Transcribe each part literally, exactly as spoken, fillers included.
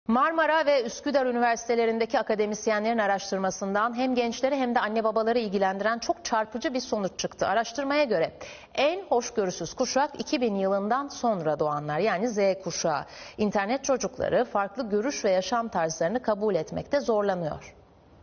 Marmara ve Üsküdar üniversitelerindeki akademisyenlerin araştırmasından hem gençleri hem de anne babaları ilgilendiren çok çarpıcı bir sonuç çıktı. Araştırmaya göre en hoşgörüsüz kuşak iki bin yılından sonra doğanlar, yani Z kuşağı. İnternet çocukları farklı görüş ve yaşam tarzlarını kabul etmekte zorlanıyor.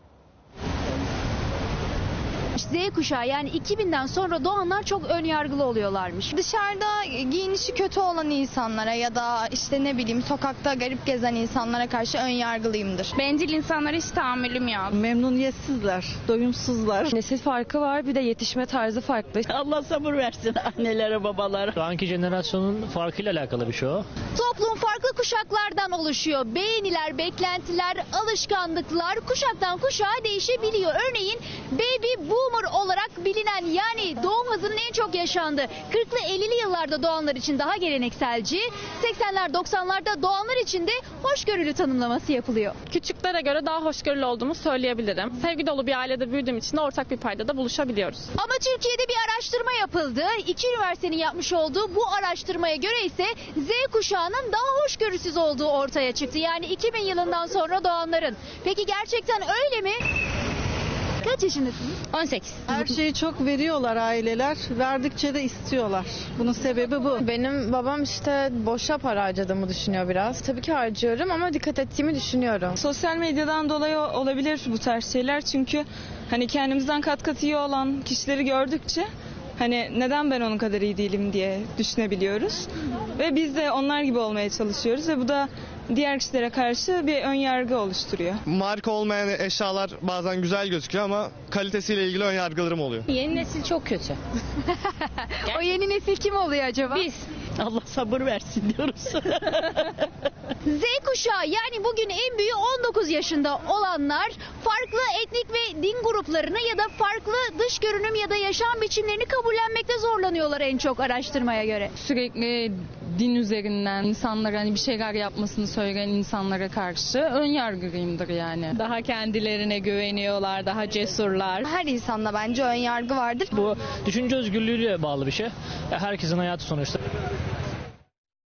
Z kuşağı, yani iki binden sonra doğanlar çok önyargılı oluyorlarmış. Dışarıda giyinişi kötü olan insanlara ya da işte ne bileyim sokakta garip gezen insanlara karşı önyargılıyımdır. Bencil insanlara hiç tahammülüm yok. Memnuniyetsizler, doyumsuzlar. Nesil farkı var, bir de yetişme tarzı farklı. Allah sabır versin annelere, babalara. Şu anki jenerasyonun farkıyla alakalı bir şey o. Toplum farklı kuşaklardan oluşuyor. Beğeniler, beklentiler, alışkanlıklar kuşaktan kuşağa değişebiliyor. Örneğin baby boomer olarak bilinen, yani doğum hızının en çok yaşandığı kırklı ellili yıllarda doğanlar için daha gelenekselci, seksenler doksanlarda doğanlar için de hoşgörülü tanımlaması yapılıyor. Küçüklere göre daha hoşgörülü olduğumu söyleyebilirim. Sevgi dolu bir ailede büyüdüğüm için de ortak bir paydada buluşabiliyoruz. Ama Türkiye'de bir araştırma yapıldı. İki üniversitenin yapmış olduğu bu araştırmaya göre ise Z kuşağının daha hoşgörüsüz olduğu ortaya çıktı. Yani iki bin yılından sonra doğanların. Peki gerçekten öyle mi? Kaç yaşındasınız? on sekiz. Her şeyi çok veriyorlar aileler, verdikçe de istiyorlar. Bunun sebebi bu. Benim babam işte boşa para harcadığımı düşünüyor biraz. Tabii ki harcıyorum ama dikkat ettiğimi düşünüyorum. Sosyal medyadan dolayı olabilir bu tarz şeyler, çünkü hani kendimizden kat kat iyi olan kişileri gördükçe hani neden ben onun kadar iyi değilim diye düşünebiliyoruz. Ve biz de onlar gibi olmaya çalışıyoruz ve bu da diğer kişilere karşı bir ön yargı oluşturuyor. Marka olmayan eşyalar bazen güzel gözüküyor ama kalitesiyle ilgili ön yargılarım oluyor. Yeni nesil çok kötü. O yeni nesil kim oluyor acaba? Biz. Allah sabır versin diyoruz. Z kuşağı, yani bugün en büyüğü on dokuz yaşında olanlar farklı etnik ve din gruplarını ya da farklı dış görünüm ya da yaşam biçimlerini kabullenmekte zorlanıyorlar en çok araştırmaya göre. Sürekli din üzerinden insanlara hani bir şeyler yapmasını söyleyen insanlara karşı ön yargılıyımdır yani. Daha kendilerine güveniyorlar, daha cesurlar. Her insanda bence ön yargı vardır. Bu düşünce özgürlüğüyle bağlı bir şey. Ya herkesin hayatı sonuçta.